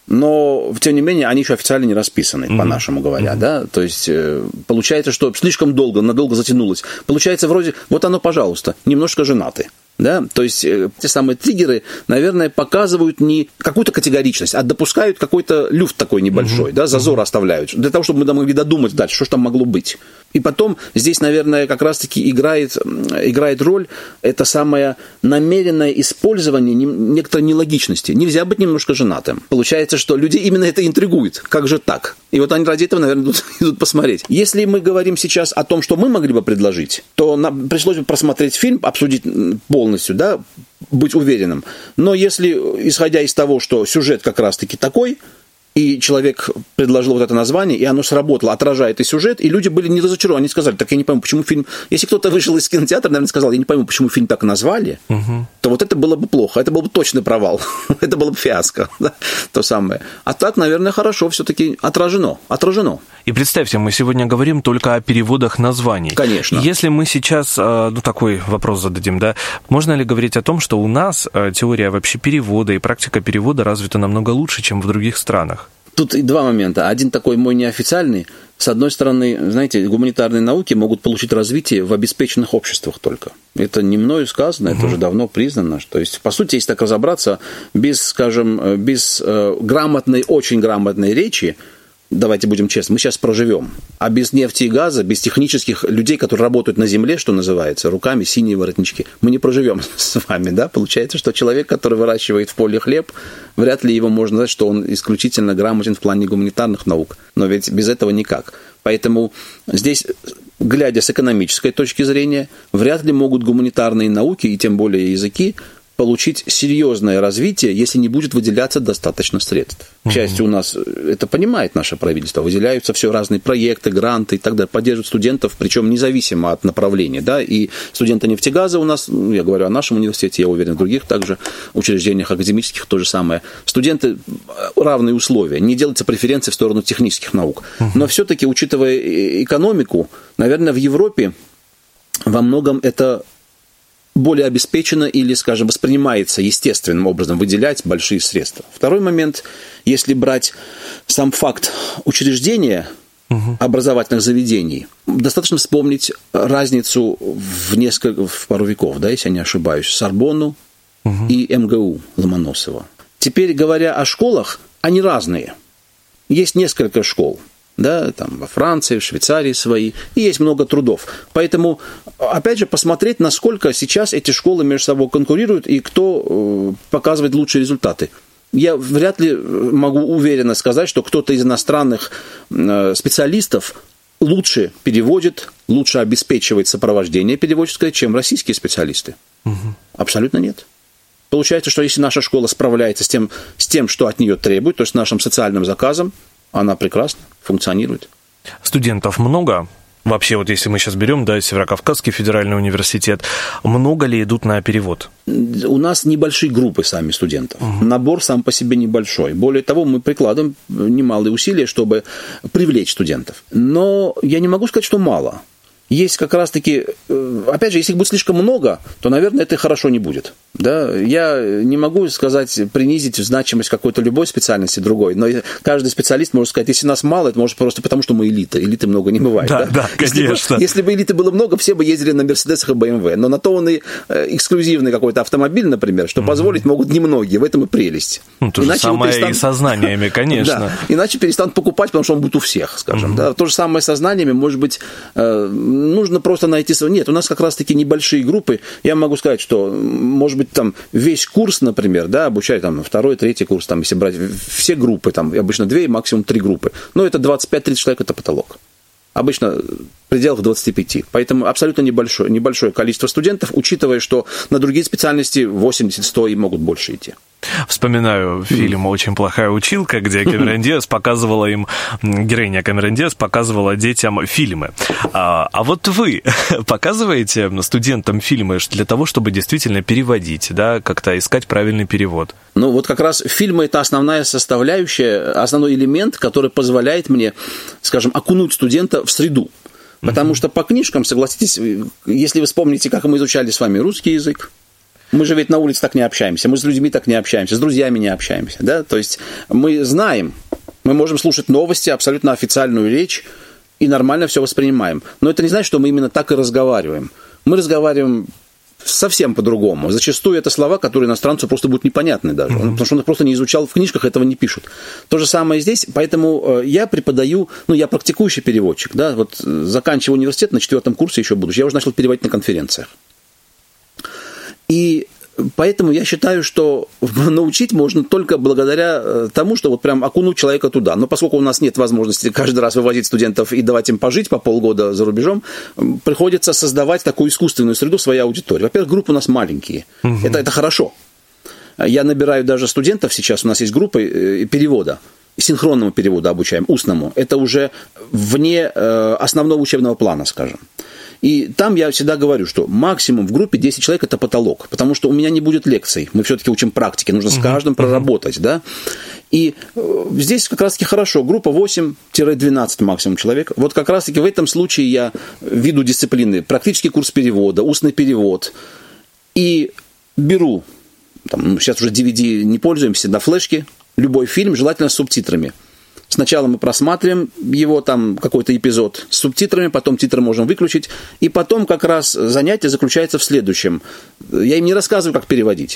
но, тем не менее, они еще официально не расписаны, mm-hmm. по-нашему говоря, mm-hmm. да, то есть, получается, что слишком долго, надолго затянулось. Получается, вроде, вот оно, пожалуйста, немножко женаты. Да? То есть те самые триггеры, наверное, показывают не какую-то категоричность, а допускают какой-то люфт такой небольшой, угу. да, зазор угу. оставляют, для того, чтобы мы могли додумать дальше, что же там могло быть. И потом здесь, наверное, как раз-таки играет, играет роль это самое намеренное использование некоторой нелогичности. Нельзя быть немножко женатым. Получается, что людей именно это интригует. Как же так? И вот они ради этого, наверное, идут, идут посмотреть. Если мы говорим сейчас о том, что мы могли бы предложить, то нам пришлось бы просмотреть фильм, обсудить полностью, да, быть уверенным. Но если, исходя из того, что сюжет как раз-таки такой, и человек предложил вот это название, и оно сработало, отражает и сюжет, и люди были не разочарованы. Они сказали, так я не пойму, почему фильм... Если кто-то вышел из кинотеатра, наверное, сказал, я не пойму, почему фильм так назвали, угу. то вот это было бы плохо, это был бы точный провал, это было бы фиаско, да? То самое. А так, наверное, хорошо все-таки отражено, отражено. И представьте, мы сегодня говорим только о переводах названий. Конечно. Если мы сейчас, ну, такой вопрос зададим, да, можно ли говорить о том, что у нас теория вообще перевода и практика перевода развита намного лучше, чем в других странах? Тут и два момента. Один такой мой неофициальный. С одной стороны, знаете, гуманитарные науки могут получить развитие в обеспеченных обществах только. Это не мною сказано, это угу. уже давно признано. То есть, по сути, если так разобраться, без, скажем, без э, грамотной, очень грамотной речи, давайте будем честны, мы сейчас проживем. А без нефти и газа, без технических людей, которые работают на земле, что называется, руками, синие воротнички, мы не проживем с вами, да? Получается, что человек, который выращивает в поле хлеб, вряд ли его можно сказать, что он исключительно грамотен в плане гуманитарных наук. Но ведь без этого никак. Поэтому здесь, глядя с экономической точки зрения, вряд ли могут гуманитарные науки, и тем более языки, получить серьезное развитие, если не будет выделяться достаточно средств. К счастью, у нас это понимает наше правительство. Выделяются все разные проекты, гранты и так далее, поддерживают студентов, причем независимо от направления. Да? И студенты нефтегаза у нас, ну, я говорю о нашем университете, я уверен, в других также учреждениях академических то же самое. Студенты равные условия. Не делаются преференции в сторону технических наук. Но все-таки, учитывая экономику, наверное, в Европе во многом это более обеспечено или, скажем, воспринимается естественным образом выделять большие средства. Второй момент, если брать сам факт учреждения угу. образовательных заведений, достаточно вспомнить разницу в несколько, в пару веков, да, если я не ошибаюсь, Сорбонну угу. и эм гэ у Ломоносова. Теперь, говоря о школах, они разные. Есть несколько школ. Да, там во Франции, в Швейцарии свои, и есть много трудов. Поэтому, опять же, посмотреть, насколько сейчас эти школы между собой конкурируют и кто э, показывает лучшие результаты. Я вряд ли могу уверенно сказать, что кто-то из иностранных э, специалистов лучше переводит, лучше обеспечивает сопровождение переводческое, чем российские специалисты. Угу. Абсолютно нет. Получается, что если наша школа справляется с тем, с тем, что от нее требует, то есть с нашим социальным заказом, она прекрасно функционирует. Студентов много? Вообще, вот если мы сейчас берем, да, Северокавказский федеральный университет, много ли идут на перевод? У нас небольшие группы сами студентов. Угу. Набор сам по себе небольшой. Более того, мы прикладываем немалые усилия, чтобы привлечь студентов. Но я не могу сказать, что мало. Есть как раз-таки, опять же, если их будет слишком много, то, наверное, это хорошо не будет. Да? Я не могу сказать, принизить значимость какой-то любой специальности другой, но каждый специалист может сказать, если нас мало, это может просто потому, что мы элита. Элиты много не бывает. Да, да? да, если конечно. Бы, если бы элиты было много, все бы ездили на Мерседесах и бэ эм вэ. Но на то он и эксклюзивный какой-то автомобиль, например, что mm-hmm. позволить могут немногие. В этом и прелесть. Ну, то же самое перестанут... и со знаниями, конечно. Да, иначе перестанут покупать, потому что он будет у всех, скажем. Mm-hmm. Да? То же самое со знаниями, может быть, нужно просто найти... Нет, у нас как раз-таки небольшие группы. Я могу сказать, что, может быть, там весь курс, например, да, обучают там второй, третий курс, там, если брать все группы, там обычно две, максимум три группы. Но это двадцать пять тридцать человек, это потолок. Обычно в пределах двадцати пяти. Поэтому абсолютно небольшое, небольшое количество студентов, учитывая, что на другие специальности восемьдесят-сто и могут больше идти. Вспоминаю фильм «Очень плохая училка», где Кэмерон Диаз показывала им, героиня Кэмерон Диаз показывала детям фильмы. А, а вот вы показываете студентам фильмы для того, чтобы действительно переводить, да, как-то искать правильный перевод? Ну, вот как раз фильмы – это основная составляющая, основной элемент, который позволяет мне, скажем, окунуть студента в среду. Потому mm-hmm. что по книжкам, согласитесь, если вы вспомните, как мы изучали с вами русский язык, мы же ведь на улице так не общаемся, мы с людьми так не общаемся, с друзьями не общаемся, да, то есть мы знаем, мы можем слушать новости, абсолютно официальную речь и нормально все воспринимаем, но это не значит, что мы именно так и разговариваем. Мы разговариваем совсем по-другому. Зачастую это слова, которые иностранцу просто будут непонятны даже, mm-hmm. потому что он их просто не изучал, в книжках этого не пишут. То же самое здесь, поэтому я преподаю, ну, я практикующий переводчик, да, вот заканчиваю университет на четвертом курсе еще будучи, я уже начал переводить на конференциях. И поэтому я считаю, что научить можно только благодаря тому, что вот прям окунуть человека туда. Но поскольку у нас нет возможности каждый раз вывозить студентов и давать им пожить по полгода за рубежом, приходится создавать такую искусственную среду в своей аудитории. Во-первых, группы у нас маленькие. Угу. Это, это хорошо. Я набираю даже студентов сейчас, у нас есть группы перевода. Синхронному переводу обучаем, устному. Это уже вне основного учебного плана, скажем. И там я всегда говорю, что максимум в группе десять человек – это потолок, потому что у меня не будет лекций, мы все-таки учим практике, нужно с каждым проработать, да. И здесь как раз-таки хорошо, группа восемь-двенадцать максимум человек. Вот как раз-таки в этом случае я веду дисциплины, практический курс перевода, устный перевод, и беру, там, сейчас уже ди ви ди не пользуемся, на флешке, любой фильм, желательно с субтитрами. Сначала мы просматриваем его, там, какой-то эпизод с субтитрами, потом титры можем выключить, и потом как раз занятие заключается в следующем. Я им не рассказываю, как переводить.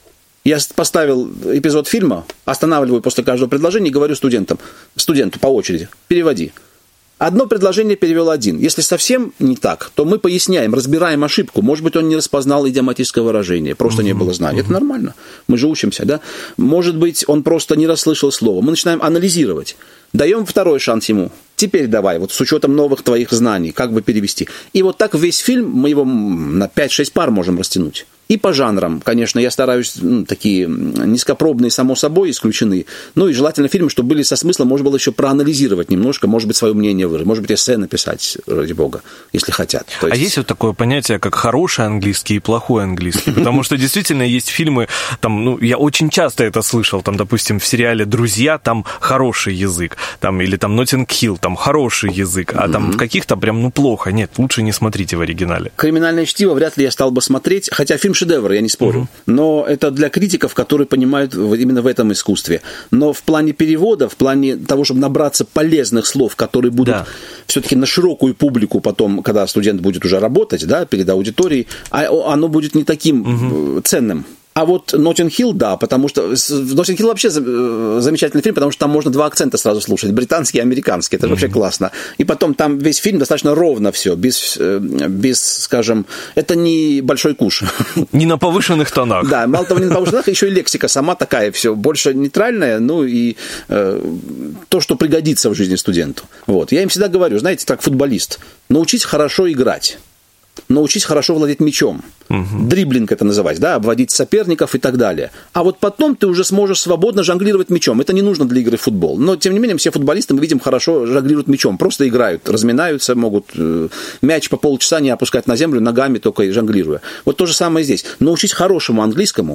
Я поставил эпизод фильма, останавливаю после каждого предложения и говорю студентам, студенту по очереди, переводи. Одно предложение перевел один. Если совсем не так, то мы поясняем, разбираем ошибку. Может быть, он не распознал идиоматическое выражение, просто uh-huh. не было знания. Uh-huh. Это нормально. Мы же учимся, да? Может быть, он просто не расслышал слово. Мы начинаем анализировать. Даем второй шанс ему. Теперь давай, вот с учетом новых твоих знаний, как бы перевести. И вот так весь фильм, мы его на пять-шесть пар можем растянуть. И по жанрам, конечно, я стараюсь, ну, такие низкопробные, само собой, исключены. Ну, и желательно фильмы, чтобы были со смыслом, можно было еще проанализировать немножко, может быть, свое мнение выразить, может быть, эссе написать, ради бога, если хотят. То есть... А есть вот такое понятие, как хороший английский и плохой английский? Потому что действительно есть фильмы, там, ну, я очень часто это слышал, там, допустим, в сериале «Друзья» там хороший язык, там, или там «Ноттинг-Хилл», там хороший язык, а там в каких-то прям, ну, плохо. Нет, лучше не смотрите в оригинале. «Криминальное чтиво» вряд ли я стал бы смотреть, хотя фильм шедевр, я не спорю. Uh-huh. Но это для критиков, которые понимают именно в этом искусстве. Но в плане перевода, в плане того, чтобы набраться полезных слов, которые будут да. все-таки на широкую публику потом, когда студент будет уже работать, да, перед аудиторией, оно будет не таким uh-huh. ценным. А вот «Ноттинг-Хилл», да, потому что «Ноттинг-Хилл» вообще замечательный фильм, потому что там можно два акцента сразу слушать, британский и американский, это mm-hmm. вообще классно. И потом там весь фильм достаточно ровно все, без, без, скажем, это не большой куш. Не на повышенных тонах. Да, мало того, не на повышенных тонах, еще и лексика сама такая, все, больше нейтральная, ну и э, то, что пригодится в жизни студенту. Вот. Я им всегда говорю, знаете, как футболист, научись хорошо играть. Научись хорошо владеть мячом. Uh-huh. Дриблинг это называть, да, обводить соперников и так далее. А вот потом ты уже сможешь свободно жонглировать мячом. Это не нужно для игры в футбол. Но, тем не менее, все футболисты, мы видим, хорошо жонглируют мячом. Просто играют, разминаются, могут э, мяч по полчаса не опускать на землю, ногами только и жонглируя. Вот то же самое здесь. Научись хорошему английскому,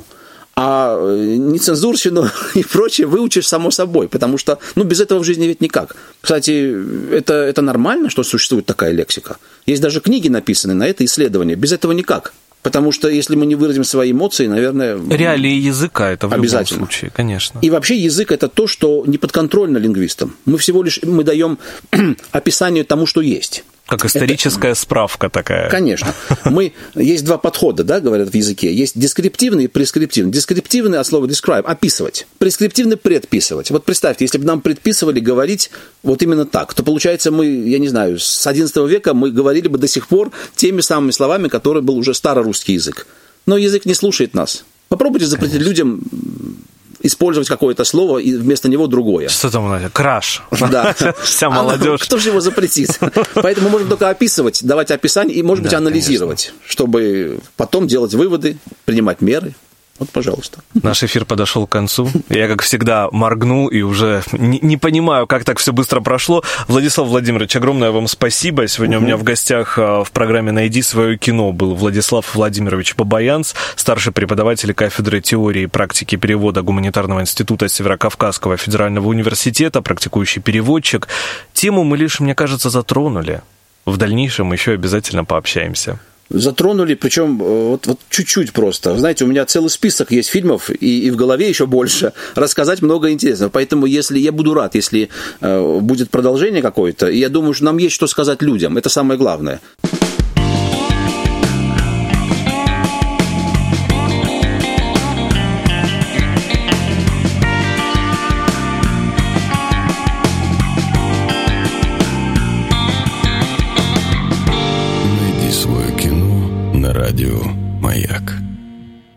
а нецензурщину и прочее выучишь само собой, потому что, ну, без этого в жизни ведь никак. Кстати, это, это нормально, что существует такая лексика. Есть даже книги написаны на это исследование. Без этого никак. Потому что если мы не выразим свои эмоции, наверное... Реалии языка это в любом случае, конечно. И вообще язык это то, что не подконтрольно лингвистам. Мы всего лишь мы даем описание тому, что есть. Как историческая это... справка такая. Конечно. Мы... Есть два подхода, да, говорят в языке. Есть дескриптивный и прескриптивный. Дескриптивный от слова describe – описывать. Прескриптивный – предписывать. Вот представьте, если бы нам предписывали говорить вот именно так, то, получается, мы, я не знаю, с одиннадцатого века мы говорили бы до сих пор теми самыми словами, которые был уже старорусский язык. Но язык не слушает нас. Попробуйте запретить Конечно. людям... использовать какое-то слово и вместо него другое. Что там у нас? Краш. Да. Вся молодежь. А кто же его запретит? Поэтому можно только описывать, давать описание и, может быть, да, анализировать, конечно. Чтобы потом делать выводы, принимать меры. Вот, пожалуйста. Наш эфир подошел к концу. Я, как всегда, моргнул и уже не, не понимаю, как так все быстро прошло. Владислав Владимирович, огромное вам спасибо. Сегодня mm-hmm. у меня в гостях в программе «Найди свое кино» был Владислав Владимирович Бабаянц, старший преподаватель кафедры теории и практики перевода Гуманитарного института Северокавказского федерального университета, практикующий переводчик. Тему мы лишь, мне кажется, затронули. В дальнейшем еще обязательно пообщаемся. Затронули, причем вот, вот чуть-чуть просто. Знаете, у меня целый список есть фильмов, и, и в голове еще больше. Рассказать много интересного. Поэтому если я буду рад, если э, будет продолжение какое-то, и я думаю, что нам есть что сказать людям. Это самое главное.